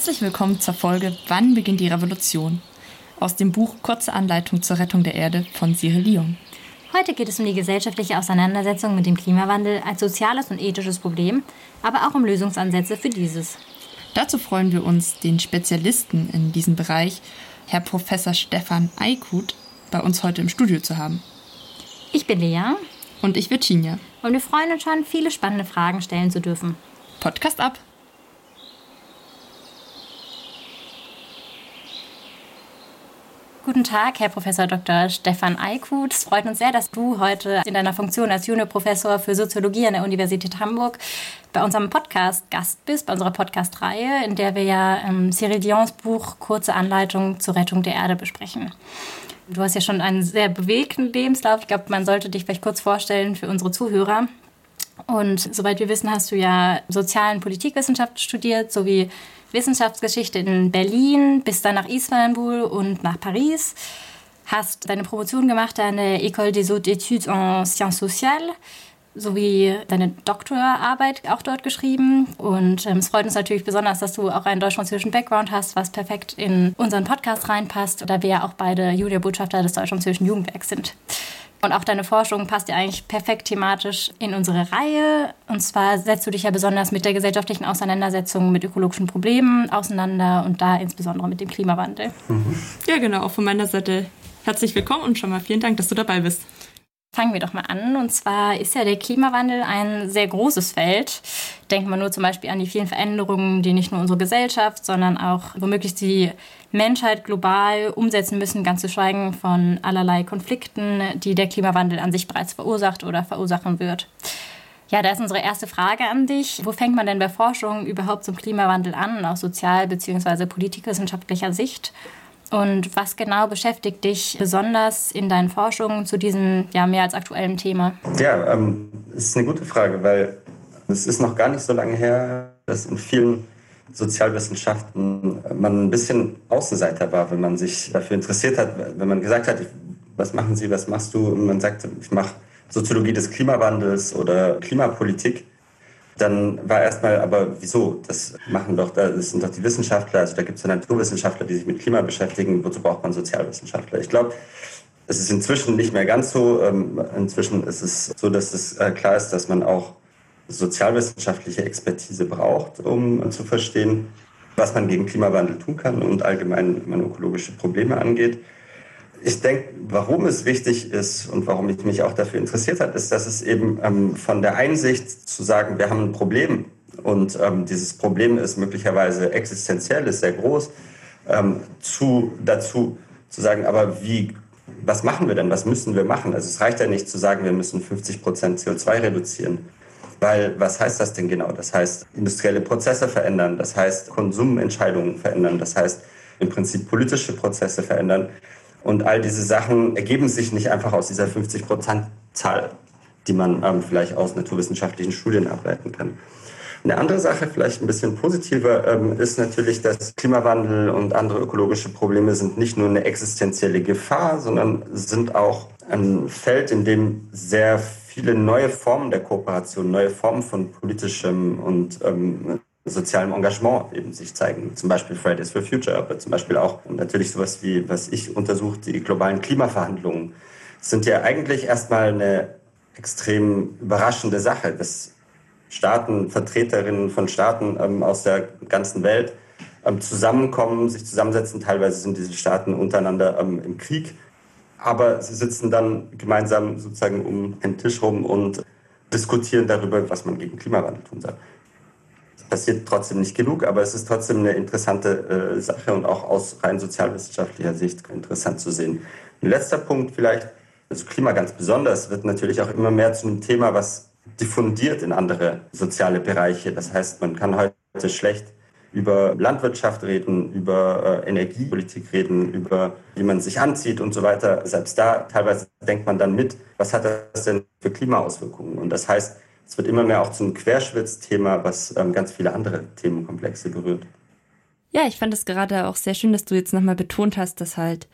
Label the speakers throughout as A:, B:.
A: Herzlich willkommen zur Folge Wann beginnt die Revolution? Aus dem Buch Kurze Anleitung zur Rettung der Erde von Cyril Dion.
B: Heute geht es um die gesellschaftliche Auseinandersetzung mit dem Klimawandel als soziales und ethisches Problem, aber auch um Lösungsansätze für dieses.
A: Dazu freuen wir uns, den Spezialisten in diesem Bereich, Herr Professor Stefan Aykut, bei uns heute im Studio zu haben.
B: Ich bin Lea.
A: Und ich Virginia.
B: Und wir freuen uns schon, viele spannende Fragen stellen zu dürfen.
A: Podcast ab!
B: Guten Tag, Herr Professor Dr. Stefan Aykut. Es freut uns sehr, dass du heute in deiner Funktion als Juniorprofessor für Soziologie an der Universität Hamburg bei unserem Podcast Gast bist, bei unserer Podcast-Reihe, in der wir ja Cyril Dions Buch Kurze Anleitung zur Rettung der Erde besprechen. Du hast ja schon einen sehr bewegten Lebenslauf. Ich glaube, man sollte dich vielleicht kurz vorstellen für unsere Zuhörer. Und soweit wir wissen, hast du ja Sozial- und Politikwissenschaft studiert, sowie Wissenschaftsgeschichte in Berlin, bist dann nach Istanbul und nach Paris, hast deine Promotion gemacht an der École des Hautes Études en Sciences Sociales, sowie deine Doktorarbeit auch dort geschrieben. Und es freut uns natürlich besonders, dass du auch einen deutsch-französischen Background hast, was perfekt in unseren Podcast reinpasst, da wir ja auch beide Junior-Botschafter des deutsch-französischen Jugendwerks sind. Und auch deine Forschung passt ja eigentlich perfekt thematisch in unsere Reihe. Und zwar setzt du dich ja besonders mit der gesellschaftlichen Auseinandersetzung mit ökologischen Problemen auseinander und da insbesondere mit dem Klimawandel.
A: Ja, genau. Auch von meiner Seite herzlich willkommen und schon mal vielen Dank, dass du dabei bist.
B: Fangen wir doch mal an. Und zwar ist ja der Klimawandel ein sehr großes Feld. Denken wir nur zum Beispiel an die vielen Veränderungen, die nicht nur unsere Gesellschaft, sondern auch womöglich die Menschheit global umsetzen müssen, ganz zu schweigen von allerlei Konflikten, die der Klimawandel an sich bereits verursacht oder verursachen wird. Ja, da ist unsere erste Frage an dich. Wo fängt man denn bei Forschung überhaupt zum Klimawandel an, aus sozial- bzw. politikwissenschaftlicher Sicht? Und was genau beschäftigt dich besonders in deinen Forschungen zu diesem ja mehr als aktuellen Thema?
C: Ja, das ist eine gute Frage, weil es ist noch gar nicht so lange her, dass in vielen Sozialwissenschaften man ein bisschen Außenseiter war, wenn man sich dafür interessiert hat, wenn man gesagt hat, was machen Sie, was machst du? Und man sagt, ich mache Soziologie des Klimawandels oder Klimapolitik. Dann war erstmal, aber wieso? Das sind doch die Wissenschaftler, also da gibt es ja Naturwissenschaftler, die sich mit Klima beschäftigen, wozu braucht man Sozialwissenschaftler? Ich glaube, es ist inzwischen nicht mehr ganz so. Inzwischen ist es so, dass es klar ist, dass man auch sozialwissenschaftliche Expertise braucht, um zu verstehen, was man gegen Klimawandel tun kann und allgemein, wenn man ökologische Probleme angeht. Ich denke, warum es wichtig ist und warum ich mich auch dafür interessiert habe, ist, dass es eben von der Einsicht zu sagen, wir haben ein Problem und dieses Problem ist möglicherweise existenziell, ist sehr groß, dazu zu sagen, aber was machen wir denn, was müssen wir machen? Also es reicht ja nicht zu sagen, wir müssen 50% CO2 reduzieren, weil was heißt das denn genau? Das heißt, industrielle Prozesse verändern, das heißt, Konsumentscheidungen verändern, das heißt, im Prinzip politische Prozesse verändern. Und all diese Sachen ergeben sich nicht einfach aus dieser 50%-Zahl, die man vielleicht aus naturwissenschaftlichen Studien ableiten kann. Eine andere Sache, vielleicht ein bisschen positiver, ist natürlich, dass Klimawandel und andere ökologische Probleme sind nicht nur eine existenzielle Gefahr, sondern sind auch ein Feld, in dem sehr viele neue Formen der Kooperation, neue Formen von politischem und sozialem Engagement eben sich zeigen. Zum Beispiel Fridays for Future, aber zum Beispiel auch natürlich sowas wie, was ich untersuche, die globalen Klimaverhandlungen. Das sind ja eigentlich erstmal eine extrem überraschende Sache, dass Staaten, Vertreterinnen von Staaten aus der ganzen Welt zusammenkommen, sich zusammensetzen. Teilweise sind diese Staaten untereinander im Krieg, aber sie sitzen dann gemeinsam sozusagen um den Tisch rum und diskutieren darüber, was man gegen Klimawandel tun soll. Passiert trotzdem nicht genug, aber es ist trotzdem eine interessante Sache und auch aus rein sozialwissenschaftlicher Sicht interessant zu sehen. Ein letzter Punkt vielleicht, also Klima ganz besonders, wird natürlich auch immer mehr zu einem Thema, was diffundiert in andere soziale Bereiche. Das heißt, man kann heute schlecht über Landwirtschaft reden, über Energiepolitik reden, über wie man sich anzieht und so weiter. Selbst da teilweise denkt man dann mit, was hat das denn für Klimaauswirkungen? Und das heißt, es wird immer mehr auch zum Querschnittsthema, was ganz viele andere Themenkomplexe berührt.
A: Ja, ich fand es gerade auch sehr schön, dass du jetzt nochmal betont hast, dass halt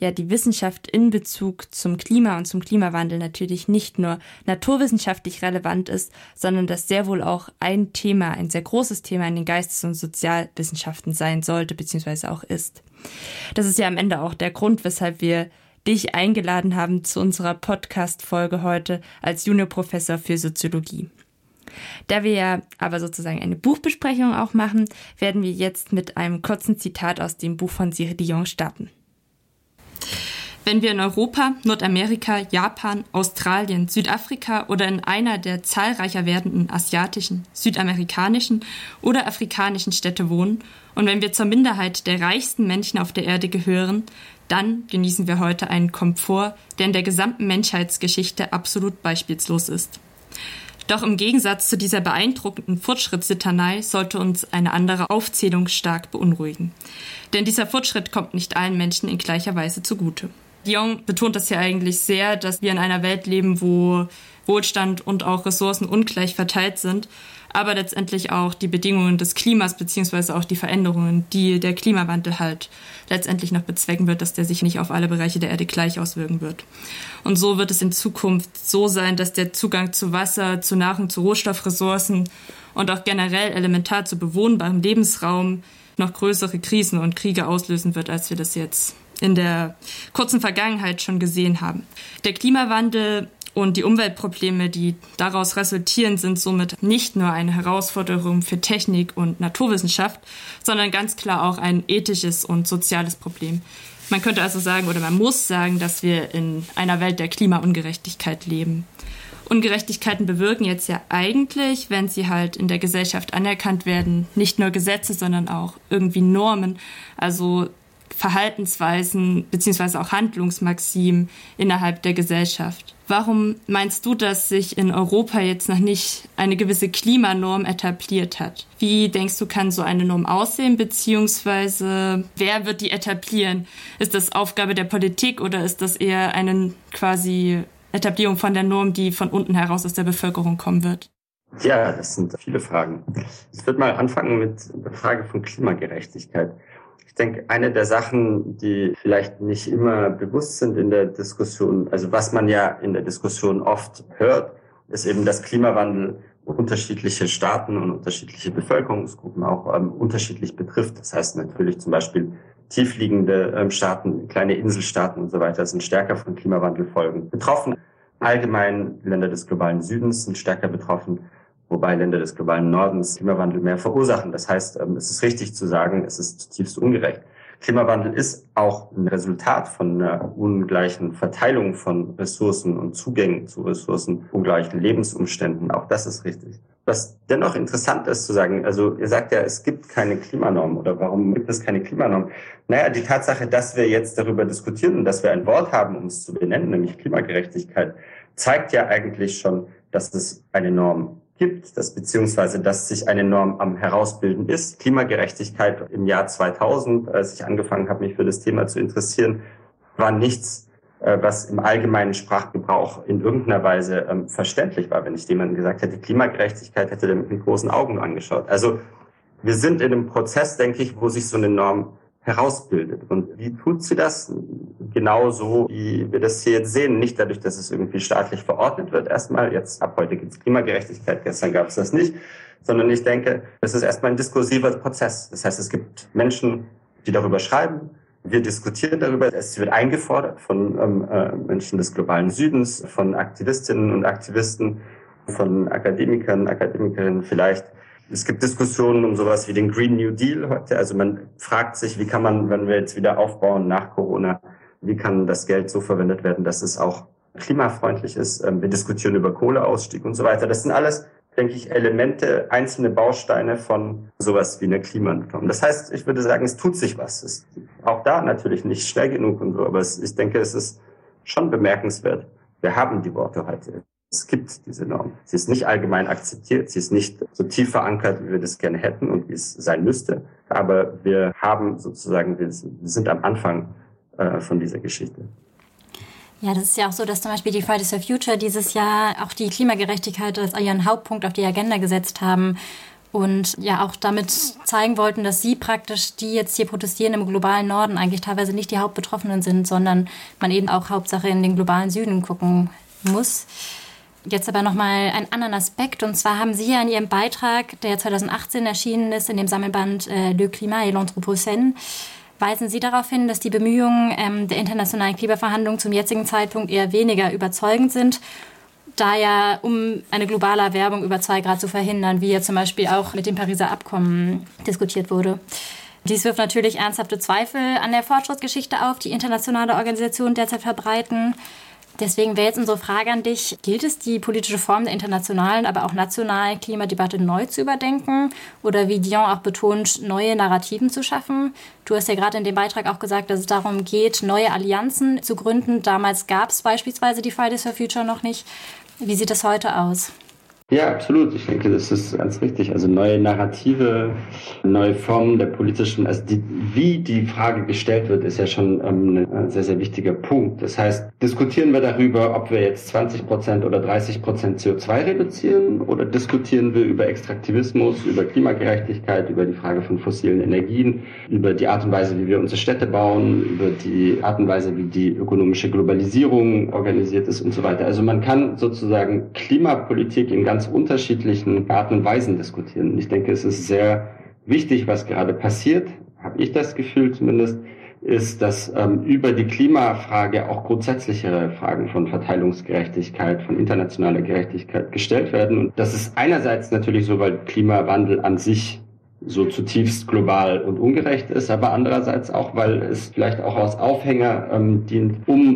A: ja die Wissenschaft in Bezug zum Klima und zum Klimawandel natürlich nicht nur naturwissenschaftlich relevant ist, sondern dass sehr wohl auch ein sehr großes Thema in den Geistes- und Sozialwissenschaften sein sollte, beziehungsweise auch ist. Das ist ja am Ende auch der Grund, weshalb wir dich eingeladen haben zu unserer Podcast-Folge heute als Juniorprofessor für Soziologie. Da wir ja aber sozusagen eine Buchbesprechung auch machen, werden wir jetzt mit einem kurzen Zitat aus dem Buch von Cyril Dion starten. Wenn wir in Europa, Nordamerika, Japan, Australien, Südafrika oder in einer der zahlreicher werdenden asiatischen, südamerikanischen oder afrikanischen Städte wohnen und wenn wir zur Minderheit der reichsten Menschen auf der Erde gehören, dann genießen wir heute einen Komfort, der in der gesamten Menschheitsgeschichte absolut beispielslos ist. Doch im Gegensatz zu dieser beeindruckenden Fortschrittslitanei sollte uns eine andere Aufzählung stark beunruhigen. Denn dieser Fortschritt kommt nicht allen Menschen in gleicher Weise zugute. Dion betont das ja eigentlich sehr, dass wir in einer Welt leben, wo Wohlstand und auch Ressourcen ungleich verteilt sind, aber letztendlich auch die Bedingungen des Klimas beziehungsweise auch die Veränderungen, die der Klimawandel halt letztendlich noch bezwecken wird, dass der sich nicht auf alle Bereiche der Erde gleich auswirken wird. Und so wird es in Zukunft so sein, dass der Zugang zu Wasser, zu Nahrung, zu Rohstoffressourcen und auch generell elementar zu bewohnbarem Lebensraum noch größere Krisen und Kriege auslösen wird, als wir das jetzt in der kurzen Vergangenheit schon gesehen haben. Der Klimawandel und die Umweltprobleme, die daraus resultieren, sind somit nicht nur eine Herausforderung für Technik und Naturwissenschaft, sondern ganz klar auch ein ethisches und soziales Problem. Man könnte also sagen, oder man muss sagen, dass wir in einer Welt der Klimaungerechtigkeit leben. Ungerechtigkeiten bewirken jetzt ja eigentlich, wenn sie halt in der Gesellschaft anerkannt werden, nicht nur Gesetze, sondern auch irgendwie Normen, also Verhaltensweisen bzw. auch Handlungsmaximen innerhalb der Gesellschaft. Warum meinst du, dass sich in Europa jetzt noch nicht eine gewisse Klimanorm etabliert hat? Wie denkst du, kann so eine Norm aussehen, beziehungsweise wer wird die etablieren? Ist das Aufgabe der Politik oder ist das eher eine quasi Etablierung von der Norm, die von unten heraus aus der Bevölkerung kommen wird?
C: Ja, das sind viele Fragen. Ich würde mal anfangen mit der Frage von Klimagerechtigkeit. Ich denke, eine der Sachen, die vielleicht nicht immer bewusst sind in der Diskussion, also was man ja in der Diskussion oft hört, ist eben, dass Klimawandel unterschiedliche Staaten und unterschiedliche Bevölkerungsgruppen auch unterschiedlich betrifft. Das heißt natürlich zum Beispiel tiefliegende Staaten, kleine Inselstaaten und so weiter sind stärker von Klimawandelfolgen betroffen. Allgemein Länder des globalen Südens sind stärker betroffen, wobei Länder des globalen Nordens Klimawandel mehr verursachen. Das heißt, es ist richtig zu sagen, es ist zutiefst ungerecht. Klimawandel ist auch ein Resultat von einer ungleichen Verteilung von Ressourcen und Zugängen zu Ressourcen, ungleichen Lebensumständen. Auch das ist richtig. Was dennoch interessant ist zu sagen, also ihr sagt ja, es gibt keine Klimanorm oder warum gibt es keine Klimanorm? Naja, die Tatsache, dass wir jetzt darüber diskutieren und dass wir ein Wort haben, um es zu benennen, nämlich Klimagerechtigkeit, zeigt ja eigentlich schon, dass es eine Norm gibt, dass sich eine Norm am Herausbilden ist. Klimagerechtigkeit im Jahr 2000, als ich angefangen habe, mich für das Thema zu interessieren, war nichts, was im allgemeinen Sprachgebrauch in irgendeiner Weise verständlich war. Wenn ich jemandem gesagt hätte, Klimagerechtigkeit, hätte der mit großen Augen angeschaut. Also wir sind in einem Prozess, denke ich, wo sich so eine Norm herausbildet. Und wie tut sie das? Genauso, wie wir das hier jetzt sehen. Nicht dadurch, dass es irgendwie staatlich verordnet wird erstmal. Jetzt, ab heute gibt es Klimagerechtigkeit, gestern gab es das nicht. Sondern ich denke, es ist erstmal ein diskursiver Prozess. Das heißt, es gibt Menschen, die darüber schreiben. Wir diskutieren darüber. Es wird eingefordert von Menschen des globalen Südens, von Aktivistinnen und Aktivisten, von Akademikern, Akademikerinnen vielleicht. Es gibt Diskussionen um sowas wie den Green New Deal heute. Also man fragt sich, wie kann man, wenn wir jetzt wieder aufbauen nach Corona, wie kann das Geld so verwendet werden, dass es auch klimafreundlich ist. Wir diskutieren über Kohleausstieg und so weiter. Das sind alles, denke ich, Elemente, einzelne Bausteine von sowas wie einer Klimanorm. Das heißt, ich würde sagen, es tut sich was. Es ist auch da natürlich nicht schnell genug und so, aber ich denke, es ist schon bemerkenswert. Wir haben die Worte heute. Es gibt diese Norm. Sie ist nicht allgemein akzeptiert, sie ist nicht so tief verankert, wie wir das gerne hätten und wie es sein müsste. Aber wir haben sozusagen, wir sind am Anfang von dieser Geschichte.
B: Ja, das ist ja auch so, dass zum Beispiel die Fridays for Future dieses Jahr auch die Klimagerechtigkeit als ihren Hauptpunkt auf die Agenda gesetzt haben. und ja auch damit zeigen wollten, dass sie praktisch, die jetzt hier protestieren im globalen Norden, eigentlich teilweise nicht die Hauptbetroffenen sind, sondern man eben auch Hauptsache in den globalen Süden gucken muss. Jetzt aber nochmal einen anderen Aspekt, und zwar haben Sie ja in Ihrem Beitrag, der 2018 erschienen ist, in dem Sammelband Le Climat et l'Anthropocène, weisen Sie darauf hin, dass die Bemühungen der internationalen Klimaverhandlungen zum jetzigen Zeitpunkt eher weniger überzeugend sind, da ja, um eine globale Erwärmung über 2 Grad zu verhindern, wie ja zum Beispiel auch mit dem Pariser Abkommen diskutiert wurde. Dies wirft natürlich ernsthafte Zweifel an der Fortschrittsgeschichte auf, die internationale Organisationen derzeit verbreiten. Deswegen wäre jetzt unsere Frage an dich, gilt es, die politische Form der internationalen, aber auch nationalen Klimadebatte neu zu überdenken oder, wie Dion auch betont, neue Narrativen zu schaffen? Du hast ja gerade in dem Beitrag auch gesagt, dass es darum geht, neue Allianzen zu gründen. Damals gab es beispielsweise die Fridays for Future noch nicht. Wie sieht das heute aus?
C: Ja, absolut. Ich denke, das ist ganz richtig. Also neue Narrative, neue Formen der politischen, also wie die Frage gestellt wird, ist ja schon ein sehr, sehr wichtiger Punkt. Das heißt, diskutieren wir darüber, ob wir jetzt 20% oder 30% CO2 reduzieren, oder diskutieren wir über Extraktivismus, über Klimagerechtigkeit, über die Frage von fossilen Energien, über die Art und Weise, wie wir unsere Städte bauen, über die Art und Weise, wie die ökonomische Globalisierung organisiert ist und so weiter. Also man kann sozusagen Klimapolitik in ganz unterschiedlichen Arten und Weisen diskutieren. Und ich denke, es ist sehr wichtig, was gerade passiert, habe ich das Gefühl zumindest, ist, dass über die Klimafrage auch grundsätzlichere Fragen von Verteilungsgerechtigkeit, von internationaler Gerechtigkeit gestellt werden. Und das ist einerseits natürlich so, weil Klimawandel an sich so zutiefst global und ungerecht ist, aber andererseits auch, weil es vielleicht auch als Aufhänger dient,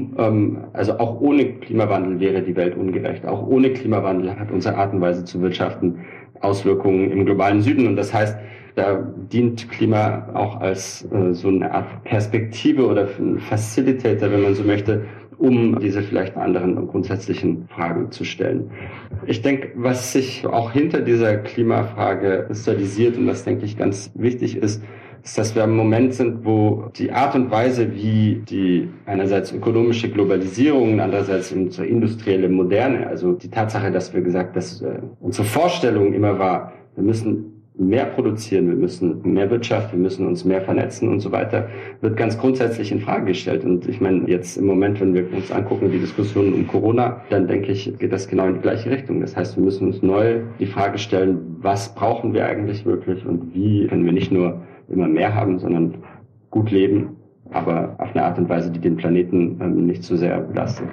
C: also auch ohne Klimawandel wäre die Welt ungerecht. Auch ohne Klimawandel hat unsere Art und Weise zu wirtschaften Auswirkungen im globalen Süden, und das heißt, da dient Klima auch als so eine Art Perspektive oder Facilitator, wenn man so möchte, um diese vielleicht anderen grundsätzlichen Fragen zu stellen. Ich denke, was sich auch hinter dieser Klimafrage kristallisiert und was, denke ich, ganz wichtig ist, dass wir im Moment sind, wo die Art und Weise, wie die einerseits ökonomische Globalisierung und andererseits unsere industrielle Moderne, also die Tatsache, dass wir gesagt, dass unsere Vorstellung immer war, wir müssen mehr produzieren, wir müssen mehr Wirtschaft, wir müssen uns mehr vernetzen und so weiter, wird ganz grundsätzlich in Frage gestellt. Und ich meine, jetzt im Moment, wenn wir uns angucken, die Diskussionen um Corona, dann denke ich, geht das genau in die gleiche Richtung. Das heißt, wir müssen uns neu die Frage stellen, was brauchen wir eigentlich wirklich und wie können wir nicht nur immer mehr haben, sondern gut leben, aber auf eine Art und Weise, die den Planeten nicht zu sehr belastet.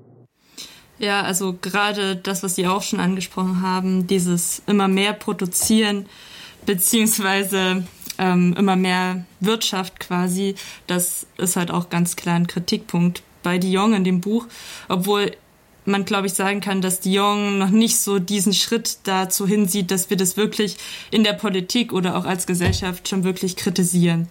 A: Ja, also gerade das, was Sie auch schon angesprochen haben, dieses immer mehr produzieren, beziehungsweise immer mehr Wirtschaft quasi, das ist halt auch ganz klar ein Kritikpunkt bei Dion in dem Buch, obwohl man, glaube ich, sagen kann, dass Dion noch nicht so diesen Schritt dazu hinsieht, dass wir das wirklich in der Politik oder auch als Gesellschaft schon wirklich kritisieren.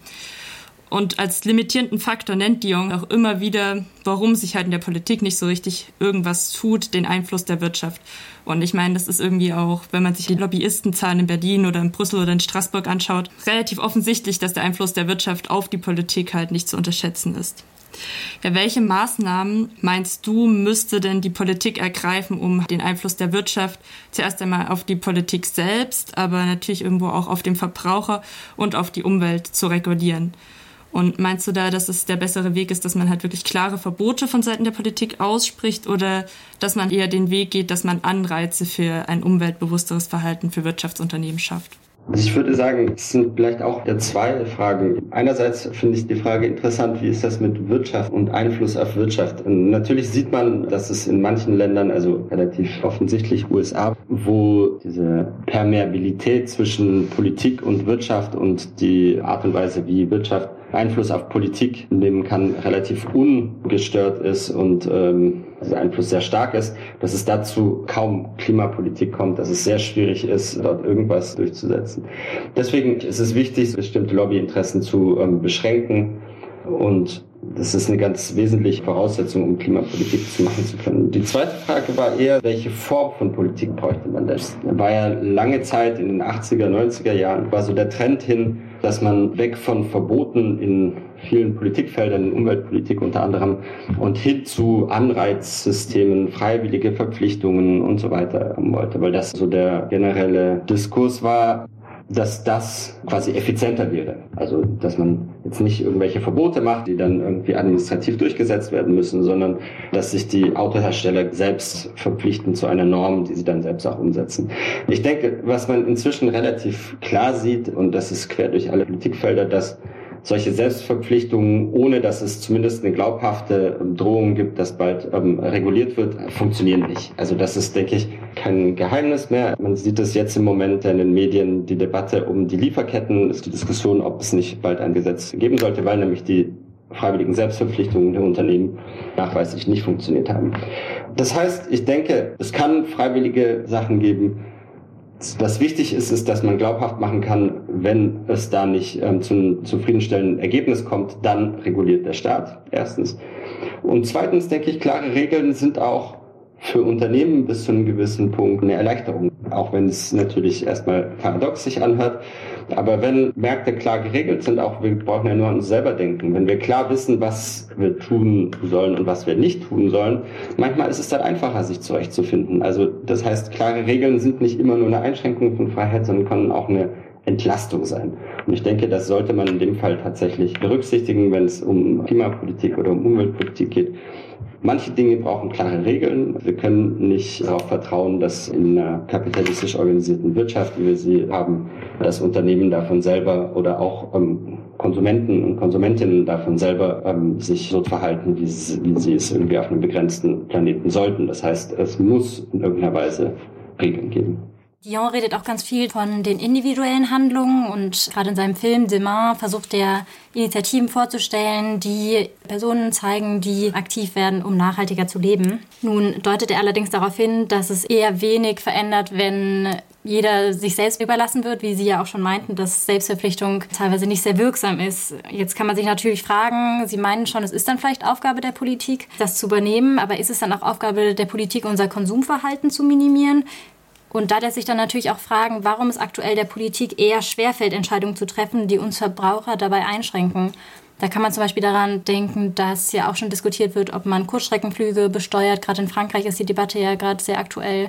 A: Und als limitierenden Faktor nennt Dion auch immer wieder, warum sich halt in der Politik nicht so richtig irgendwas tut, den Einfluss der Wirtschaft. Und ich meine, das ist irgendwie auch, wenn man sich die Lobbyistenzahlen in Berlin oder in Brüssel oder in Straßburg anschaut, relativ offensichtlich, dass der Einfluss der Wirtschaft auf die Politik halt nicht zu unterschätzen ist. Ja, welche Maßnahmen, meinst du, müsste denn die Politik ergreifen, um den Einfluss der Wirtschaft zuerst einmal auf die Politik selbst, aber natürlich irgendwo auch auf den Verbraucher und auf die Umwelt zu regulieren? Und meinst du da, dass es der bessere Weg ist, dass man halt wirklich klare Verbote von Seiten der Politik ausspricht oder dass man eher den Weg geht, dass man Anreize für ein umweltbewussteres Verhalten für Wirtschaftsunternehmen schafft?
C: Also ich würde sagen, es sind vielleicht auch zwei Fragen. Einerseits finde ich die Frage interessant, wie ist das mit Wirtschaft und Einfluss auf Wirtschaft? Und natürlich sieht man, dass es in manchen Ländern, also relativ offensichtlich USA, wo diese Permeabilität zwischen Politik und Wirtschaft und die Art und Weise, wie Wirtschaft Einfluss auf Politik nehmen kann, relativ ungestört ist und dieser Einfluss sehr stark ist, dass es dazu kaum Klimapolitik kommt, dass es sehr schwierig ist, dort irgendwas durchzusetzen. Deswegen ist es wichtig, bestimmte Lobbyinteressen zu beschränken, und das ist eine ganz wesentliche Voraussetzung, um Klimapolitik zu machen zu können. Die zweite Frage war eher, welche Form von Politik bräuchte man das? Da war ja lange Zeit in den 80er, 90er Jahren, war so der Trend hin, dass man weg von Verboten in vielen Politikfeldern, in Umweltpolitik unter anderem, und hin zu Anreizsystemen, freiwillige Verpflichtungen und so weiter wollte, weil das so der generelle Diskurs war. dass das quasi effizienter wäre. Also, dass man jetzt nicht irgendwelche Verbote macht, die dann irgendwie administrativ durchgesetzt werden müssen, sondern dass sich die Autohersteller selbst verpflichten zu einer Norm, die sie dann selbst auch umsetzen. Ich denke, was man inzwischen relativ klar sieht, und das ist quer durch alle Politikfelder, dass solche Selbstverpflichtungen, ohne dass es zumindest eine glaubhafte Drohung gibt, dass bald reguliert wird, funktionieren nicht. Also das ist, denke ich, kein Geheimnis mehr. Man sieht es jetzt im Moment in den Medien, die Debatte um die Lieferketten, ist die Diskussion, ob es nicht bald ein Gesetz geben sollte, weil nämlich die freiwilligen Selbstverpflichtungen der Unternehmen nachweislich nicht funktioniert haben. Das heißt, ich denke, es kann freiwillige Sachen geben. Was wichtig ist, ist, dass man glaubhaft machen kann, wenn es da nicht zu einem zufriedenstellenden Ergebnis kommt, dann reguliert der Staat, erstens. Und zweitens denke ich, klare Regeln sind auch für Unternehmen bis zu einem gewissen Punkt eine Erleichterung. Auch wenn es natürlich erstmal paradox sich anhört. Aber wenn Märkte klar geregelt sind, auch wir brauchen ja nur an uns selber denken. Wenn wir klar wissen, was wir tun sollen und was wir nicht tun sollen, manchmal ist es dann einfacher, sich zurechtzufinden. Also das heißt, klare Regeln sind nicht immer nur eine Einschränkung von Freiheit, sondern können auch eine Entlastung sein. Und ich denke, das sollte man in dem Fall tatsächlich berücksichtigen, wenn es um Klimapolitik oder um Umweltpolitik geht. Manche Dinge brauchen klare Regeln. Wir können nicht darauf vertrauen, dass in einer kapitalistisch organisierten Wirtschaft, wie wir sie haben, das Unternehmen davon selber oder auch Konsumenten und Konsumentinnen davon selber sich so verhalten, wie sie es irgendwie auf einem begrenzten Planeten sollten. Das heißt, es muss in irgendeiner Weise Regeln geben.
B: Dion redet auch ganz viel von den individuellen Handlungen und gerade in seinem Film Demain versucht er, Initiativen vorzustellen, die Personen zeigen, die aktiv werden, um nachhaltiger zu leben. Nun deutet er allerdings darauf hin, dass es eher wenig verändert, wenn jeder sich selbst überlassen wird, wie Sie ja auch schon meinten, dass Selbstverpflichtung teilweise nicht sehr wirksam ist. Jetzt kann man sich natürlich fragen, Sie meinen schon, es ist dann vielleicht Aufgabe der Politik, das zu übernehmen, aber ist es dann auch Aufgabe der Politik, unser Konsumverhalten zu minimieren? Und da lässt sich dann natürlich auch fragen, warum es aktuell der Politik eher schwerfällt, Entscheidungen zu treffen, die uns Verbraucher dabei einschränken. Da kann man zum Beispiel daran denken, dass ja auch schon diskutiert wird, ob man Kurzstreckenflüge besteuert. Gerade in Frankreich ist die Debatte ja gerade sehr aktuell.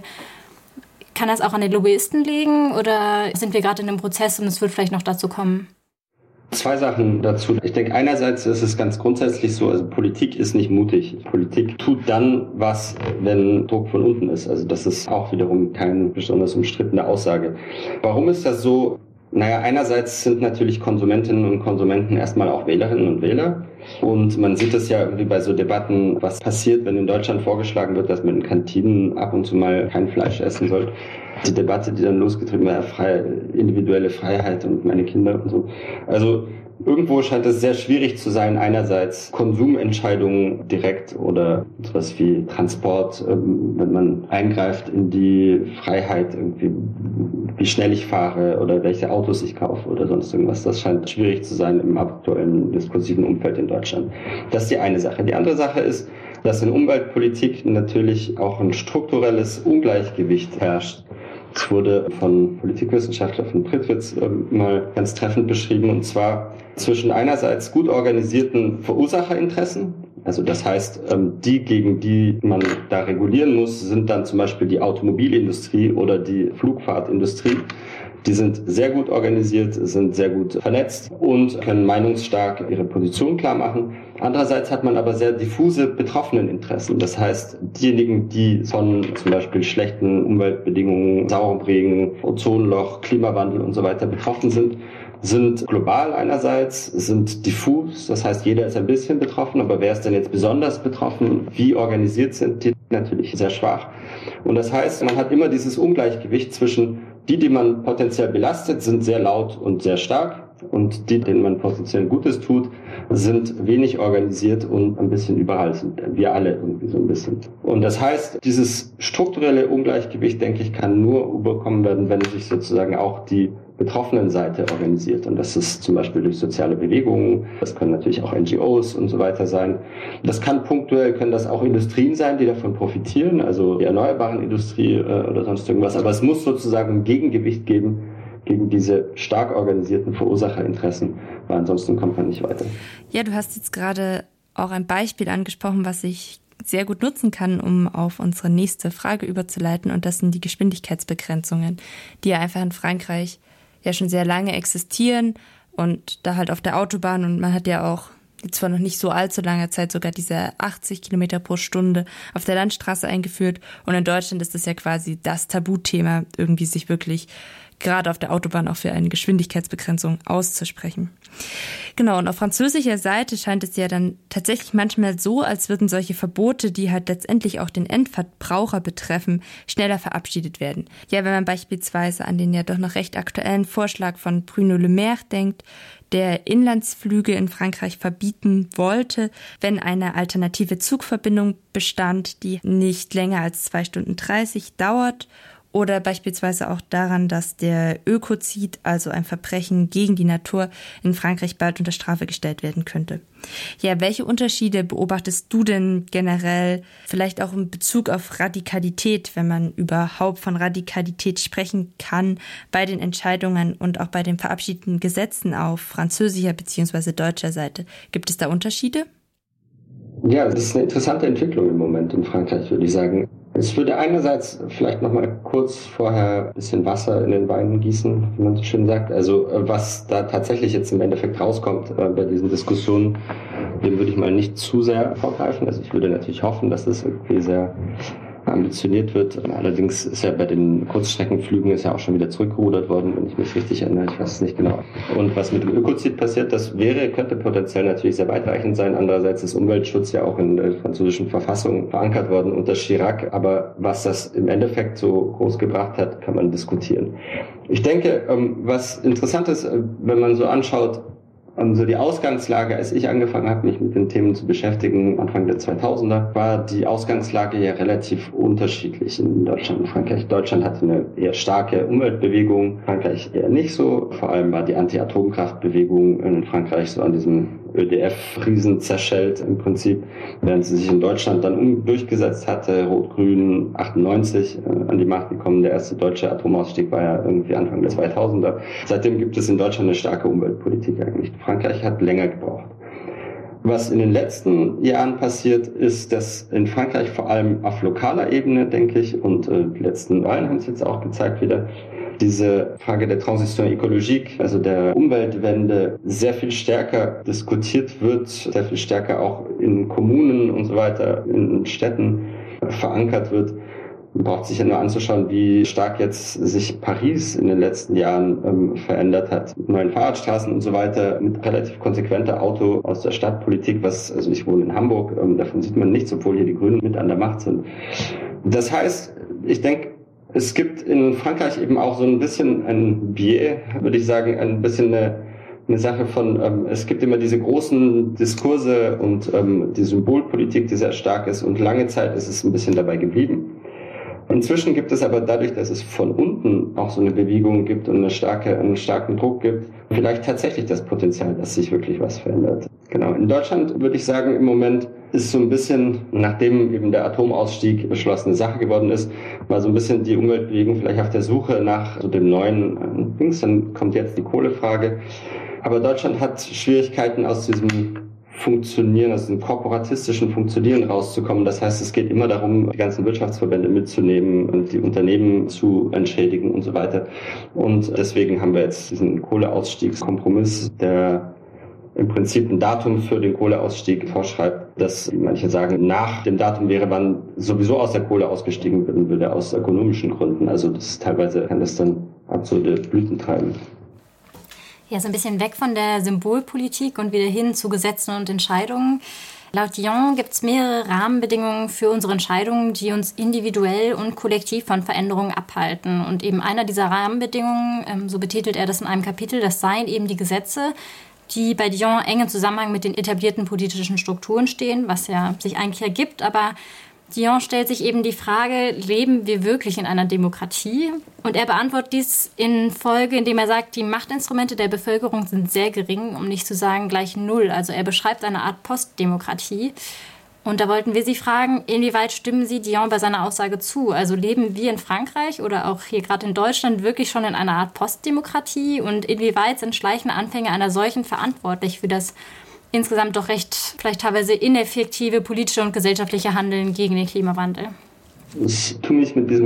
B: Kann das auch an den Lobbyisten liegen oder sind wir gerade in einem Prozess und es wird vielleicht noch dazu kommen?
C: Zwei Sachen dazu. Ich denke, einerseits ist es ganz grundsätzlich so, also Politik ist nicht mutig. Politik tut dann was, wenn Druck von unten ist. Also das ist auch wiederum keine besonders umstrittene Aussage. Warum ist das so? Naja, einerseits sind natürlich Konsumentinnen und Konsumenten erstmal auch Wählerinnen und Wähler. Und man sieht es ja irgendwie bei so Debatten, was passiert, wenn in Deutschland vorgeschlagen wird, dass man in Kantinen ab und zu mal kein Fleisch essen soll. Die Debatte, die dann losgetrieben war, individuelle Freiheit und meine Kinder und so. Also irgendwo scheint es sehr schwierig zu sein, einerseits Konsumentscheidungen direkt oder sowas wie Transport, wenn man eingreift in die Freiheit, irgendwie, wie schnell ich fahre oder welche Autos ich kaufe oder sonst irgendwas. Das scheint schwierig zu sein im aktuellen diskursiven Umfeld in Deutschland. Das ist die eine Sache. Die andere Sache ist, dass in Umweltpolitik natürlich auch ein strukturelles Ungleichgewicht herrscht. Es wurde von Politikwissenschaftler von Prittwitz mal ganz treffend beschrieben, und zwar zwischen einerseits gut organisierten Verursacherinteressen, also das heißt, die, gegen die man da regulieren muss, sind dann zum Beispiel die Automobilindustrie oder die Flugfahrtindustrie. Die sind sehr gut organisiert, sind sehr gut vernetzt und können meinungsstark ihre Position klar machen. Andererseits hat man aber sehr diffuse Betroffeneninteressen. Das heißt, diejenigen, die von zum Beispiel schlechten Umweltbedingungen, saurem Regen, Ozonloch, Klimawandel und so weiter betroffen sind global einerseits, sind diffus. Das heißt, jeder ist ein bisschen betroffen, aber wer ist denn jetzt besonders betroffen? Wie organisiert sind die? Natürlich sehr schwach. Und das heißt, man hat immer dieses Ungleichgewicht zwischen die man potenziell belastet, sind sehr laut und sehr stark, und die, denen man potenziell Gutes tut, sind wenig organisiert und ein bisschen überall, sind wir alle irgendwie so ein bisschen. Und das heißt, dieses strukturelle Ungleichgewicht, denke ich, kann nur überkommen werden, wenn sich sozusagen auch die betroffenen Seite organisiert. Und das ist zum Beispiel durch soziale Bewegungen, das können natürlich auch NGOs und so weiter sein. Das kann punktuell, können das auch Industrien sein, die davon profitieren, also die erneuerbaren Industrie oder sonst irgendwas. Aber es muss sozusagen ein Gegengewicht geben gegen diese stark organisierten Verursacherinteressen, weil ansonsten kommt man nicht weiter.
A: Ja, du hast jetzt gerade auch ein Beispiel angesprochen, was ich sehr gut nutzen kann, um auf unsere nächste Frage überzuleiten. Und das sind die Geschwindigkeitsbegrenzungen, die ja einfach in Frankreich ja schon sehr lange existieren und da halt auf der Autobahn, und man hat ja auch jetzt vor noch nicht so allzu langer Zeit sogar diese 80 Kilometer pro Stunde auf der Landstraße eingeführt, und in Deutschland ist das ja quasi das Tabuthema, irgendwie sich wirklich gerade auf der Autobahn auch für eine Geschwindigkeitsbegrenzung auszusprechen. Genau, und auf französischer Seite scheint es ja dann tatsächlich manchmal so, als würden solche Verbote, die halt letztendlich auch den Endverbraucher betreffen, schneller verabschiedet werden. Ja, wenn man beispielsweise an den ja doch noch recht aktuellen Vorschlag von Bruno Le Maire denkt, der Inlandsflüge in Frankreich verbieten wollte, wenn eine alternative Zugverbindung bestand, die nicht länger als 2 Stunden 30 dauert. Oder beispielsweise auch daran, dass der Ökozid, also ein Verbrechen gegen die Natur, in Frankreich bald unter Strafe gestellt werden könnte. Ja, welche Unterschiede beobachtest du denn generell, vielleicht auch in Bezug auf Radikalität, wenn man überhaupt von Radikalität sprechen kann, bei den Entscheidungen und auch bei den verabschiedeten Gesetzen auf französischer bzw. deutscher Seite? Gibt es da Unterschiede?
C: Ja, das ist eine interessante Entwicklung im Moment in Frankreich, würde ich sagen. Es würde einerseits vielleicht noch mal kurz vorher ein bisschen Wasser in den Wein gießen, wie man so schön sagt. Also was da tatsächlich jetzt im Endeffekt rauskommt bei diesen Diskussionen, dem würde ich mal nicht zu sehr vorgreifen. Also ich würde natürlich hoffen, dass das irgendwie sehr ambitioniert wird. Allerdings ist ja bei den Kurzstreckenflügen ist ja auch schon wieder zurückgerudert worden, wenn ich mich richtig erinnere. Ich weiß es nicht genau. Und was mit dem Ökozid passiert, könnte potenziell natürlich sehr weitreichend sein. Andererseits ist Umweltschutz ja auch in der französischen Verfassung verankert worden unter Chirac. Aber was das im Endeffekt so groß gebracht hat, kann man diskutieren. Ich denke, was interessant ist, wenn man so anschaut, so die Ausgangslage, als ich angefangen habe, mich mit den Themen zu beschäftigen, Anfang der 2000er, war die Ausgangslage ja relativ unterschiedlich in Deutschland und Frankreich. Deutschland hatte eine eher starke Umweltbewegung, Frankreich eher nicht so. Vor allem war die Anti-Atomkraftbewegung in Frankreich so an diesem ÖDF-Riesen zerschellt im Prinzip, während sie sich in Deutschland dann durchgesetzt hatte. Rot-Grün 98 an die Macht gekommen. Der erste deutsche Atomausstieg war ja irgendwie Anfang der 2000er. Seitdem gibt es in Deutschland eine starke Umweltpolitik eigentlich. Frankreich hat länger gebraucht. Was in den letzten Jahren passiert, ist, dass in Frankreich vor allem auf lokaler Ebene, denke ich, und die letzten Wahlen haben es jetzt auch gezeigt wieder, diese Frage der Transition écologique, also der Umweltwende, sehr viel stärker diskutiert wird, sehr viel stärker auch in Kommunen und so weiter, in Städten verankert wird. Man braucht sich ja nur anzuschauen, wie stark jetzt sich Paris in den letzten Jahren verändert hat. Mit neuen Fahrradstraßen und so weiter, mit relativ konsequenter Auto aus der Stadtpolitik, also ich wohne in Hamburg, davon sieht man nichts, obwohl hier die Grünen mit an der Macht sind. Das heißt, ich denke, es gibt in Frankreich eben auch so ein bisschen ein Biais, würde ich sagen, ein bisschen eine Sache von, es gibt immer diese großen Diskurse und die Symbolpolitik, die sehr stark ist, und lange Zeit ist es ein bisschen dabei geblieben. Inzwischen gibt es aber dadurch, dass es von unten auch so eine Bewegung gibt und einen starken Druck gibt, vielleicht tatsächlich das Potenzial, dass sich wirklich was verändert. Genau. In Deutschland würde ich sagen, im Moment ist so ein bisschen, nachdem eben der Atomausstieg beschlossene Sache geworden ist, war so ein bisschen die Umweltbewegung vielleicht auf der Suche nach so dem neuen Dings. Dann kommt jetzt die Kohlefrage. Aber Deutschland hat Schwierigkeiten, aus diesem korporatistischen Funktionieren rauszukommen. Das heißt, es geht immer darum, die ganzen Wirtschaftsverbände mitzunehmen und die Unternehmen zu entschädigen und so weiter. Und deswegen haben wir jetzt diesen Kohleausstiegskompromiss, der im Prinzip ein Datum für den Kohleausstieg vorschreibt, das, wie manche sagen, nach dem Datum wäre, wann sowieso aus der Kohle ausgestiegen werden würde, aus ökonomischen Gründen. Also teilweise kann das dann absurde Blüten treiben.
B: Ja, so ein bisschen weg von der Symbolpolitik und wieder hin zu Gesetzen und Entscheidungen. Laut Dion gibt es mehrere Rahmenbedingungen für unsere Entscheidungen, die uns individuell und kollektiv von Veränderungen abhalten. Und eben einer dieser Rahmenbedingungen, so betitelt er das in einem Kapitel, das seien eben die Gesetze, die bei Dion eng im Zusammenhang mit den etablierten politischen Strukturen stehen, was ja sich eigentlich ergibt. Aber Dion stellt sich eben die Frage, leben wir wirklich in einer Demokratie? Und er beantwortet dies in Folge, indem er sagt, die Machtinstrumente der Bevölkerung sind sehr gering, um nicht zu sagen gleich null. Also er beschreibt eine Art Postdemokratie. Und da wollten wir Sie fragen, inwieweit stimmen Sie Dion bei seiner Aussage zu? Also leben wir in Frankreich oder auch hier gerade in Deutschland wirklich schon in einer Art Postdemokratie? Und inwieweit sind schleichende Anfänge einer solchen verantwortlich für das insgesamt doch recht, vielleicht teilweise ineffektive politische und gesellschaftliche Handeln gegen den Klimawandel?
C: Ich tue mich mit diesem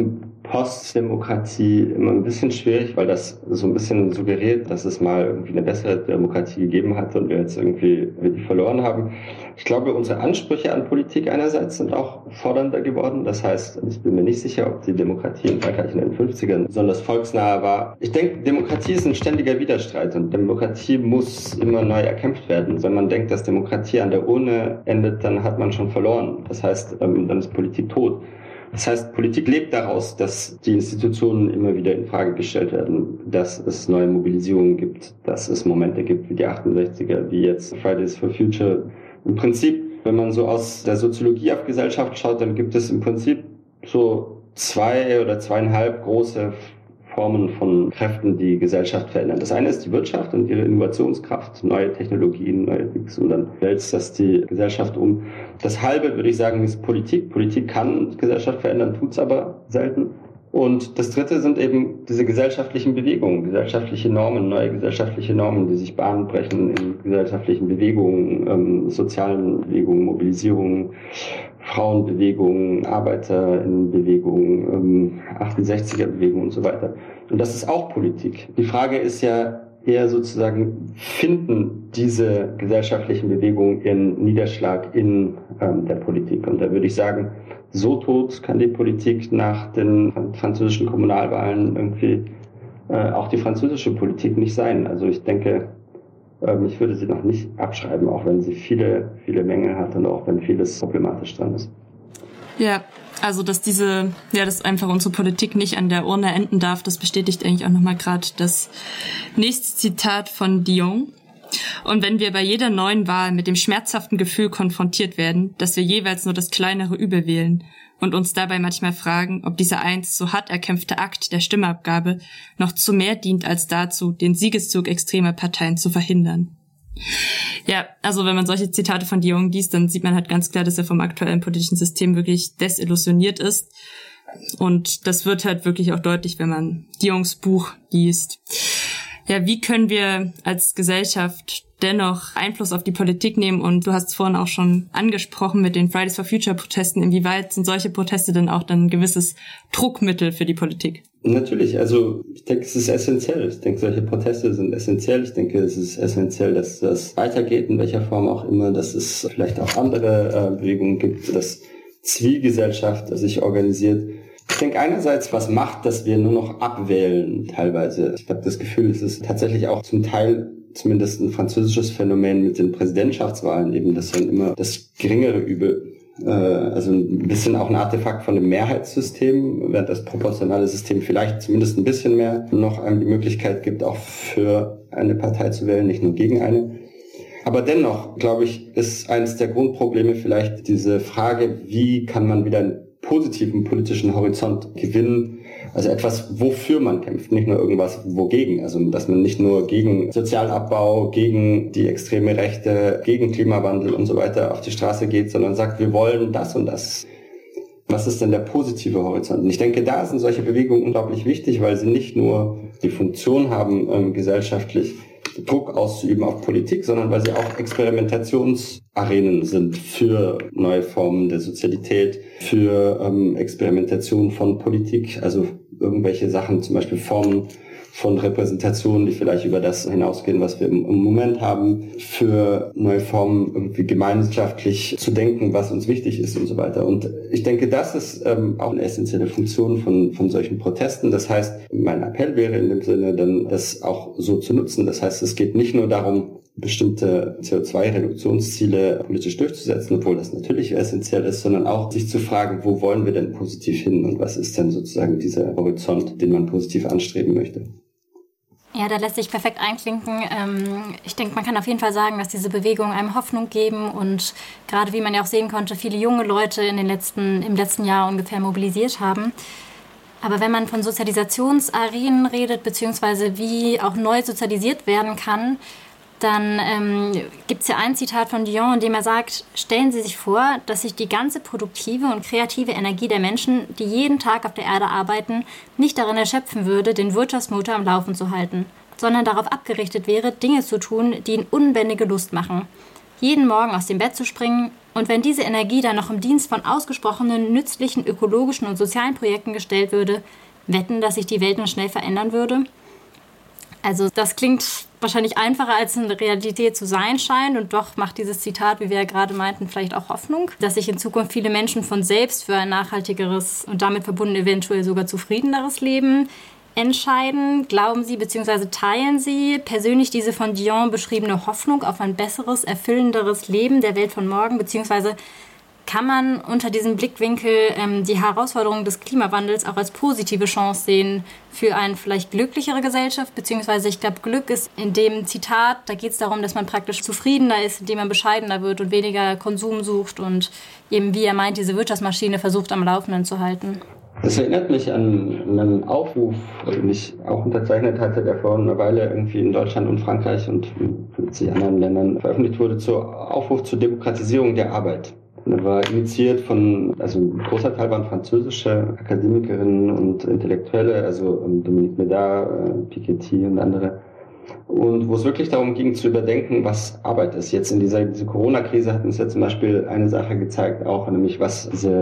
C: Postdemokratie immer ein bisschen schwierig, weil das so ein bisschen suggeriert, dass es mal irgendwie eine bessere Demokratie gegeben hat und wir jetzt irgendwie die verloren haben. Ich glaube, unsere Ansprüche an Politik einerseits sind auch fordernder geworden. Das heißt, ich bin mir nicht sicher, ob die Demokratie in Frankreich in den 50ern besonders volksnah war. Ich denke, Demokratie ist ein ständiger Widerstreit und Demokratie muss immer neu erkämpft werden. Wenn man denkt, dass Demokratie an der Urne endet, dann hat man schon verloren. Das heißt, dann ist Politik tot. Das heißt, Politik lebt daraus, dass die Institutionen immer wieder in Frage gestellt werden, dass es neue Mobilisierungen gibt, dass es Momente gibt wie die 68er, wie jetzt Fridays for Future. Im Prinzip, wenn man so aus der Soziologie auf Gesellschaft schaut, dann gibt es im Prinzip so 2 oder 2,5 große Formen von Kräften, die Gesellschaft verändern. Das eine ist die Wirtschaft und ihre Innovationskraft, neue Technologien, neue Dinge, und dann wälzt das die Gesellschaft um. Das halbe, würde ich sagen, ist Politik. Politik kann Gesellschaft verändern, tut's aber selten. Und das dritte sind eben diese gesellschaftlichen Bewegungen, gesellschaftliche Normen, neue gesellschaftliche Normen, die sich Bahn brechen in gesellschaftlichen Bewegungen, sozialen Bewegungen, Mobilisierungen, Frauenbewegungen, Arbeiterinnenbewegungen, 68er-Bewegungen und so weiter. Und das ist auch Politik. Die Frage ist ja eher sozusagen, finden diese gesellschaftlichen Bewegungen ihren Niederschlag in der Politik? Und da würde ich sagen, so tot kann die Politik nach den französischen Kommunalwahlen irgendwie auch die französische Politik nicht sein. Also ich denke, ich würde sie noch nicht abschreiben, auch wenn sie viele, viele Mängel hat und auch wenn vieles problematisch dran ist.
A: Ja, also dass einfach unsere Politik nicht an der Urne enden darf, das bestätigt eigentlich auch nochmal gerade das nächste Zitat von Dion. Und wenn wir bei jeder neuen Wahl mit dem schmerzhaften Gefühl konfrontiert werden, dass wir jeweils nur das kleinere Übel wählen und uns dabei manchmal fragen, ob dieser einst so hart erkämpfte Akt der Stimmabgabe noch zu mehr dient als dazu, den Siegeszug extremer Parteien zu verhindern. Ja, also wenn man solche Zitate von Dion liest, dann sieht man halt ganz klar, dass er vom aktuellen politischen System wirklich desillusioniert ist. Und das wird halt wirklich auch deutlich, wenn man Dions Buch liest. Ja, wie können wir als Gesellschaft dennoch Einfluss auf die Politik nehmen? Und du hast es vorhin auch schon angesprochen mit den Fridays for Future Protesten. Inwieweit sind solche Proteste denn auch dann ein gewisses Druckmittel für die Politik?
C: Natürlich, also ich denke, es ist essentiell. Ich denke, solche Proteste sind essentiell. Ich denke, es ist essentiell, dass das weitergeht, in welcher Form auch immer, dass es vielleicht auch andere Bewegungen gibt, dass Zivilgesellschaft sich organisiert. Ich denke einerseits, was macht, dass wir nur noch abwählen teilweise. Ich habe das Gefühl, es ist tatsächlich auch zum Teil zumindest ein französisches Phänomen mit den Präsidentschaftswahlen, eben das dann immer das geringere Übel. Also ein bisschen auch ein Artefakt von dem Mehrheitssystem, während das proportionale System vielleicht zumindest ein bisschen mehr noch einem die Möglichkeit gibt, auch für eine Partei zu wählen, nicht nur gegen eine. Aber dennoch, glaube ich, ist eines der Grundprobleme vielleicht diese Frage, wie kann man wieder einen positiven politischen Horizont gewinnen, also etwas, wofür man kämpft, nicht nur irgendwas wogegen, also dass man nicht nur gegen Sozialabbau, gegen die extreme Rechte, gegen Klimawandel und so weiter auf die Straße geht, sondern sagt, wir wollen das und das. Was ist denn der positive Horizont? Und ich denke, da sind solche Bewegungen unglaublich wichtig, weil sie nicht nur die Funktion haben, gesellschaftlich Druck auszuüben auf Politik, sondern weil sie auch Experimentationsarenen sind für neue Formen der Sozialität, für Experimentation von Politik, also irgendwelche Sachen, zum Beispiel Formen von Repräsentation, die vielleicht über das hinausgehen, was wir im Moment haben, für neue Formen irgendwie gemeinschaftlich zu denken, was uns wichtig ist und so weiter. Und ich denke, das ist auch eine essentielle Funktion von solchen Protesten. Das heißt, mein Appell wäre in dem Sinne dann, das auch so zu nutzen. Das heißt, es geht nicht nur darum, bestimmte CO2-Reduktionsziele politisch durchzusetzen, obwohl das natürlich essentiell ist, sondern auch sich zu fragen, wo wollen wir denn positiv hin und was ist denn sozusagen dieser Horizont, den man positiv anstreben möchte.
B: Ja, da lässt sich perfekt einklinken. Ich denke, man kann auf jeden Fall sagen, dass diese Bewegungen einem Hoffnung geben und gerade, wie man ja auch sehen konnte, viele junge Leute im letzten Jahr ungefähr mobilisiert haben. Aber wenn man von Sozialisationsarenen redet, beziehungsweise wie auch neu sozialisiert werden kann, dann gibt es ja ein Zitat von Dion, in dem er sagt, stellen Sie sich vor, dass sich die ganze produktive und kreative Energie der Menschen, die jeden Tag auf der Erde arbeiten, nicht darin erschöpfen würde, den Wirtschaftsmotor am Laufen zu halten, sondern darauf abgerichtet wäre, Dinge zu tun, die ihnen unbändige Lust machen. Jeden Morgen aus dem Bett zu springen Und wenn diese Energie dann noch im Dienst von ausgesprochenen, nützlichen, ökologischen und sozialen Projekten gestellt würde, wetten, dass sich die Welt noch schnell verändern würde? Also das klingt wahrscheinlich einfacher, als in der Realität zu sein scheint. Und doch macht dieses Zitat, wie wir ja gerade meinten, vielleicht auch Hoffnung, dass sich in Zukunft viele Menschen von selbst für ein nachhaltigeres und damit verbunden eventuell sogar zufriedeneres Leben entscheiden. Glauben Sie bzw. teilen Sie persönlich diese von Dion beschriebene Hoffnung auf ein besseres, erfüllenderes Leben der Welt von morgen, beziehungsweise kann man unter diesem Blickwinkel die Herausforderungen des Klimawandels auch als positive Chance sehen für eine vielleicht glücklichere Gesellschaft? Beziehungsweise ich glaube, Glück ist in dem Zitat, da geht es darum, dass man praktisch zufriedener ist, indem man bescheidener wird und weniger Konsum sucht und eben, wie er meint, diese Wirtschaftsmaschine versucht am Laufenden zu halten.
C: Das erinnert mich an einen Aufruf, den ich auch unterzeichnet hatte, der vor einer Weile irgendwie in Deutschland und Frankreich und 50 anderen Ländern veröffentlicht wurde, zur Aufruf zur Demokratisierung der Arbeit. Er war initiiert also ein großer Teil waren französische Akademikerinnen und Intellektuelle, also Dominique Médard, Piketty und andere. Und wo es wirklich darum ging, zu überdenken, was Arbeit ist. Jetzt in diese Corona-Krise hat uns ja zum Beispiel eine Sache gezeigt, auch nämlich was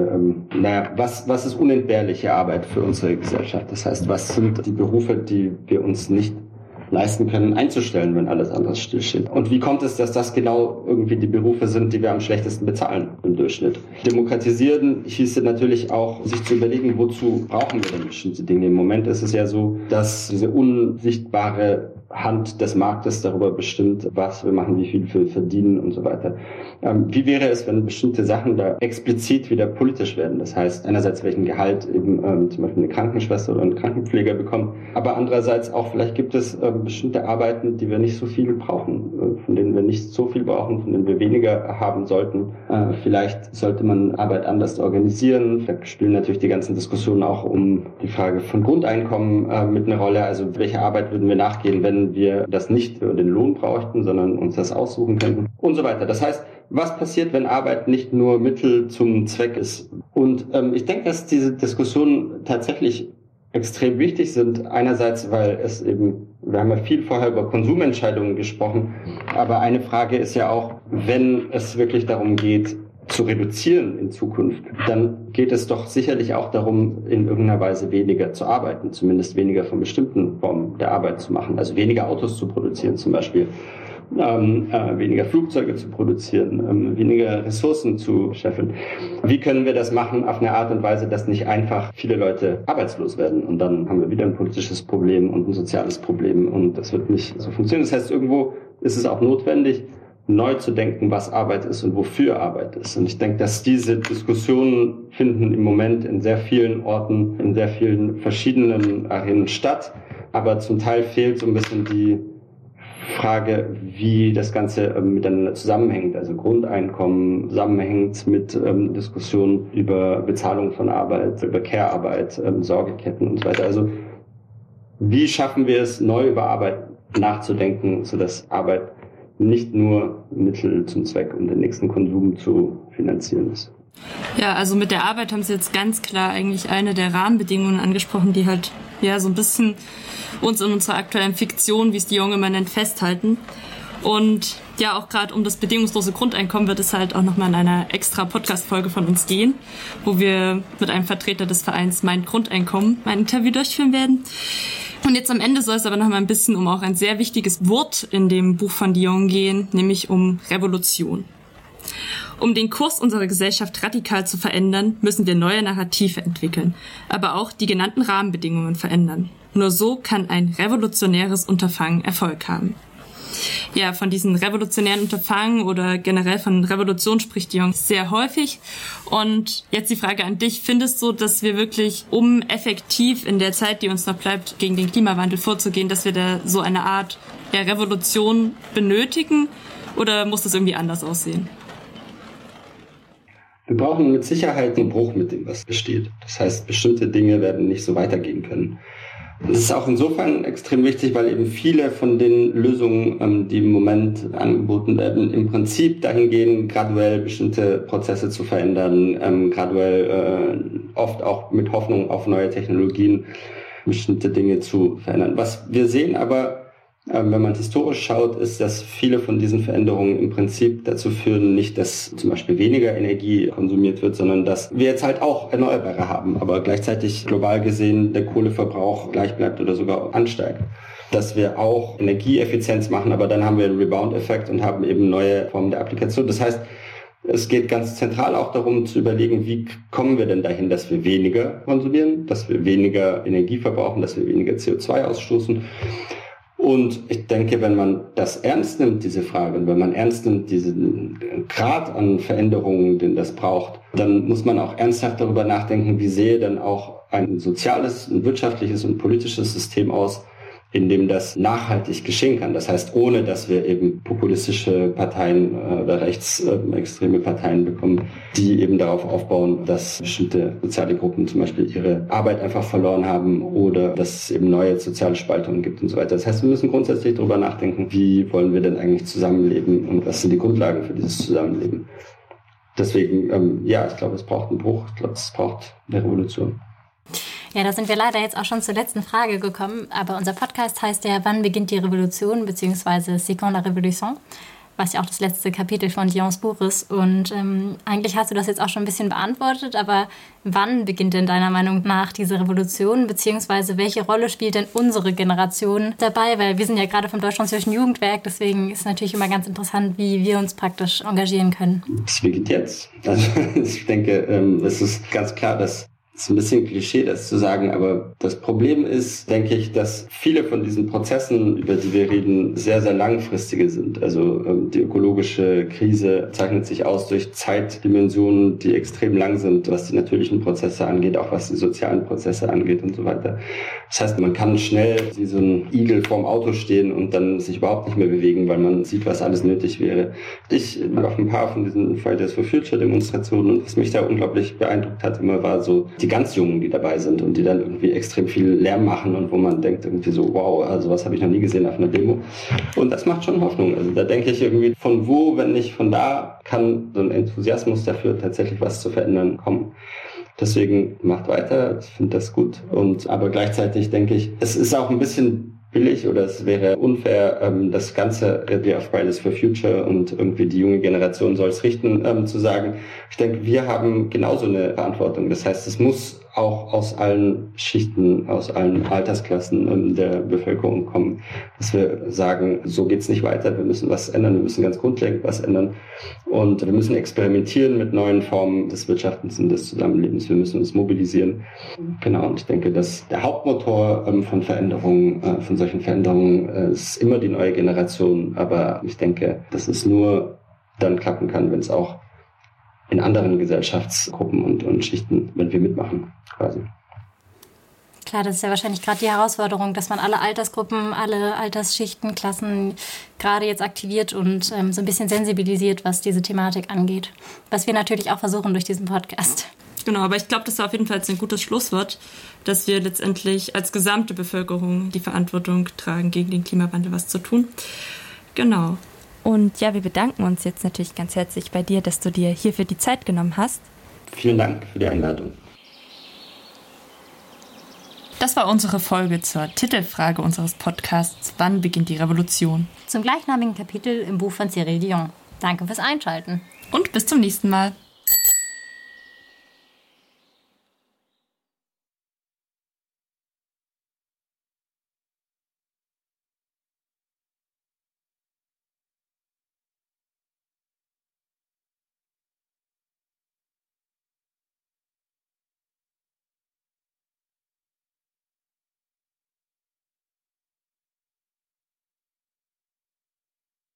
C: ist unentbehrliche Arbeit für unsere Gesellschaft. Das heißt, was sind die Berufe, die wir uns nicht leisten können, einzustellen, wenn alles andere stillsteht. Und wie kommt es, dass das genau irgendwie die Berufe sind, die wir am schlechtesten bezahlen im Durchschnitt? Demokratisieren hieße natürlich auch, sich zu überlegen, wozu brauchen wir denn bestimmte Dinge. Im Moment ist es ja so, dass diese unsichtbare Hand des Marktes darüber bestimmt, was wir machen, wie viel wir verdienen und so weiter. Wie wäre es, wenn bestimmte Sachen da explizit wieder politisch werden? Das heißt, einerseits welchen Gehalt eben zum Beispiel eine Krankenschwester oder ein Krankenpfleger bekommt, aber andererseits auch vielleicht gibt es bestimmte Arbeiten, die wir nicht so viel brauchen, von denen wir nicht so viel brauchen, von denen wir weniger haben sollten. Vielleicht sollte man Arbeit anders organisieren. Da spielen natürlich die ganzen Diskussionen auch um die Frage von Grundeinkommen mit eine Rolle. Also welche Arbeit würden wir nachgehen, wenn wir das nicht für den Lohn bräuchten, sondern uns das aussuchen könnten und so weiter. Das heißt, was passiert, wenn Arbeit nicht nur Mittel zum Zweck ist? Und ich denke, dass diese Diskussionen tatsächlich extrem wichtig sind. Einerseits, weil wir haben ja viel vorher über Konsumentscheidungen gesprochen, aber eine Frage ist ja auch, wenn es wirklich darum geht, zu reduzieren in Zukunft, dann geht es doch sicherlich auch darum, in irgendeiner Weise weniger zu arbeiten, zumindest weniger von bestimmten Formen der Arbeit zu machen, also weniger Autos zu produzieren zum Beispiel, weniger Flugzeuge zu produzieren, weniger Ressourcen zu scheffeln. Wie können wir das machen auf eine Art und Weise, dass nicht einfach viele Leute arbeitslos werden und dann haben wir wieder ein politisches Problem und ein soziales Problem und das wird nicht so funktionieren. Das heißt, irgendwo ist es auch notwendig, neu zu denken, was Arbeit ist und wofür Arbeit ist. Und ich denke, dass diese Diskussionen finden im Moment in sehr vielen Orten, in sehr vielen verschiedenen Arenen statt. Aber zum Teil fehlt so ein bisschen die Frage, wie das Ganze miteinander zusammenhängt. Also Grundeinkommen zusammenhängt mit Diskussionen über Bezahlung von Arbeit, über Care-Arbeit, Sorgeketten und so weiter. Also wie schaffen wir es, neu über Arbeit nachzudenken, sodass Arbeit nicht nur Mittel zum Zweck, um den nächsten Konsum zu finanzieren ist.
A: Ja, also mit der Arbeit haben Sie jetzt ganz klar eigentlich eine der Rahmenbedingungen angesprochen, die halt ja so ein bisschen uns in unserer aktuellen Fiktion, wie es die Jungen immer nennt, festhalten. Und ja, auch gerade um das bedingungslose Grundeinkommen wird es halt auch nochmal in einer extra Podcast-Folge von uns gehen, wo wir mit einem Vertreter des Vereins Mein Grundeinkommen ein Interview durchführen werden. Und jetzt am Ende soll es aber noch mal ein bisschen um auch ein sehr wichtiges Wort in dem Buch von Dion gehen, nämlich um Revolution. Um den Kurs unserer Gesellschaft radikal zu verändern, müssen wir neue Narrative entwickeln, aber auch die genannten Rahmenbedingungen verändern. Nur so kann ein revolutionäres Unterfangen Erfolg haben. Ja, von diesen revolutionären Unterfangen oder generell von Revolution spricht Dion sehr häufig. Und jetzt die Frage an dich. Findest du, dass wir wirklich, um effektiv in der Zeit, die uns noch bleibt, gegen den Klimawandel vorzugehen, dass wir da so eine Art Revolution benötigen? Oder muss das irgendwie anders aussehen?
C: Wir brauchen mit Sicherheit einen Bruch mit dem, was besteht. Das heißt, bestimmte Dinge werden nicht so weitergehen können. Das ist auch insofern extrem wichtig, weil eben viele von den Lösungen, die im Moment angeboten werden, im Prinzip dahin gehen, graduell bestimmte Prozesse zu verändern, graduell oft auch mit Hoffnung auf neue Technologien bestimmte Dinge zu verändern. Was wir sehen aber Wenn man historisch schaut, ist, dass viele von diesen Veränderungen im Prinzip dazu führen, nicht, dass zum Beispiel weniger Energie konsumiert wird, sondern dass wir jetzt halt auch Erneuerbare haben, aber gleichzeitig global gesehen der Kohleverbrauch gleich bleibt oder sogar ansteigt. Dass wir auch Energieeffizienz machen, aber dann haben wir einen Rebound-Effekt und haben eben neue Formen der Applikation. Das heißt, es geht ganz zentral auch darum zu überlegen, wie kommen wir denn dahin, dass wir weniger konsumieren, dass wir weniger Energie verbrauchen, dass wir weniger CO2 ausstoßen. Und ich denke, wenn man das ernst nimmt, diese Frage, und wenn man ernst nimmt, diesen Grad an Veränderungen, den das braucht, dann muss man auch ernsthaft darüber nachdenken, wie sehe denn auch ein soziales, ein wirtschaftliches und politisches System aus, in dem das nachhaltig geschehen kann. Das heißt, ohne dass wir eben populistische Parteien oder rechtsextreme Parteien bekommen, die eben darauf aufbauen, dass bestimmte soziale Gruppen zum Beispiel ihre Arbeit einfach verloren haben oder dass es eben neue soziale Spaltungen gibt und so weiter. Das heißt, wir müssen grundsätzlich darüber nachdenken, wie wollen wir denn eigentlich zusammenleben und was sind die Grundlagen für dieses Zusammenleben. Deswegen, ich glaube, es braucht einen Bruch, ich glaube, es braucht eine Revolution.
B: Ja, da sind wir leider jetzt auch schon zur letzten Frage gekommen. Aber unser Podcast heißt ja, wann beginnt die Revolution, beziehungsweise C'est quand la révolution, was ja auch das letzte Kapitel von Dions Buch ist. Und eigentlich hast du das jetzt auch schon ein bisschen beantwortet, aber wann beginnt denn deiner Meinung nach diese Revolution, beziehungsweise welche Rolle spielt denn unsere Generation dabei? Weil wir sind ja gerade vom Deutsch-Französischen Jugendwerk, deswegen ist es natürlich immer ganz interessant, wie wir uns praktisch engagieren können.
C: Es beginnt jetzt. Also ich denke, es ist ganz klar, dass es ist ein bisschen Klischee, das zu sagen, aber das Problem ist, denke ich, dass viele von diesen Prozessen, über die wir reden, sehr, sehr langfristige sind. Also die ökologische Krise zeichnet sich aus durch Zeitdimensionen, die extrem lang sind, was die natürlichen Prozesse angeht, auch was die sozialen Prozesse angeht und so weiter. Das heißt, man kann schnell wie so ein Igel vorm Auto stehen und dann sich überhaupt nicht mehr bewegen, weil man sieht, was alles nötig wäre. Ich war auf ein paar von diesen Fridays for Future Demonstrationen und was mich da unglaublich beeindruckt hat, immer war so die ganz Jungen, die dabei sind und die dann irgendwie extrem viel Lärm machen und wo man denkt irgendwie so, wow, also was habe ich noch nie gesehen auf einer Demo. Und das macht schon Hoffnung. Also da denke ich irgendwie, von wo, wenn nicht von da, kann so ein Enthusiasmus dafür, tatsächlich was zu verändern, kommen. Deswegen macht weiter, ich finde das gut. Aber gleichzeitig denke ich, es ist auch ein bisschen billig oder es wäre unfair, das Ganze wie auf Fridays for Future und irgendwie die junge Generation soll es richten, zu sagen. Ich denke, wir haben genauso eine Verantwortung. Das heißt, es muss auch aus allen Schichten, aus allen Altersklassen der Bevölkerung kommen, dass wir sagen, so geht's nicht weiter, wir müssen was ändern, wir müssen ganz grundlegend was ändern und wir müssen experimentieren mit neuen Formen des Wirtschaftens und des Zusammenlebens, wir müssen uns mobilisieren. Genau, und ich denke, dass der Hauptmotor von Veränderungen, von solchen Veränderungen ist immer die neue Generation, aber ich denke, dass es nur dann klappen kann, wenn es auch in anderen Gesellschaftsgruppen und Schichten, wenn wir mitmachen, quasi.
B: Klar, das ist ja wahrscheinlich gerade die Herausforderung, dass man alle Altersgruppen, alle Altersschichten, Klassen gerade jetzt aktiviert und so ein bisschen sensibilisiert, was diese Thematik angeht. Was wir natürlich auch versuchen durch diesen Podcast.
A: Genau, aber ich glaube, das ist auf jeden Fall jetzt ein gutes Schlusswort, dass wir letztendlich als gesamte Bevölkerung die Verantwortung tragen, gegen den Klimawandel was zu tun. Genau. Und ja, wir bedanken uns jetzt natürlich ganz herzlich bei dir, dass du dir hierfür die Zeit genommen hast.
C: Vielen Dank für die Einladung.
A: Das war unsere Folge zur Titelfrage unseres Podcasts Wann beginnt die Revolution?
B: Zum gleichnamigen Kapitel im Buch von Cyril Dion. Danke fürs Einschalten.
A: Und bis zum nächsten Mal.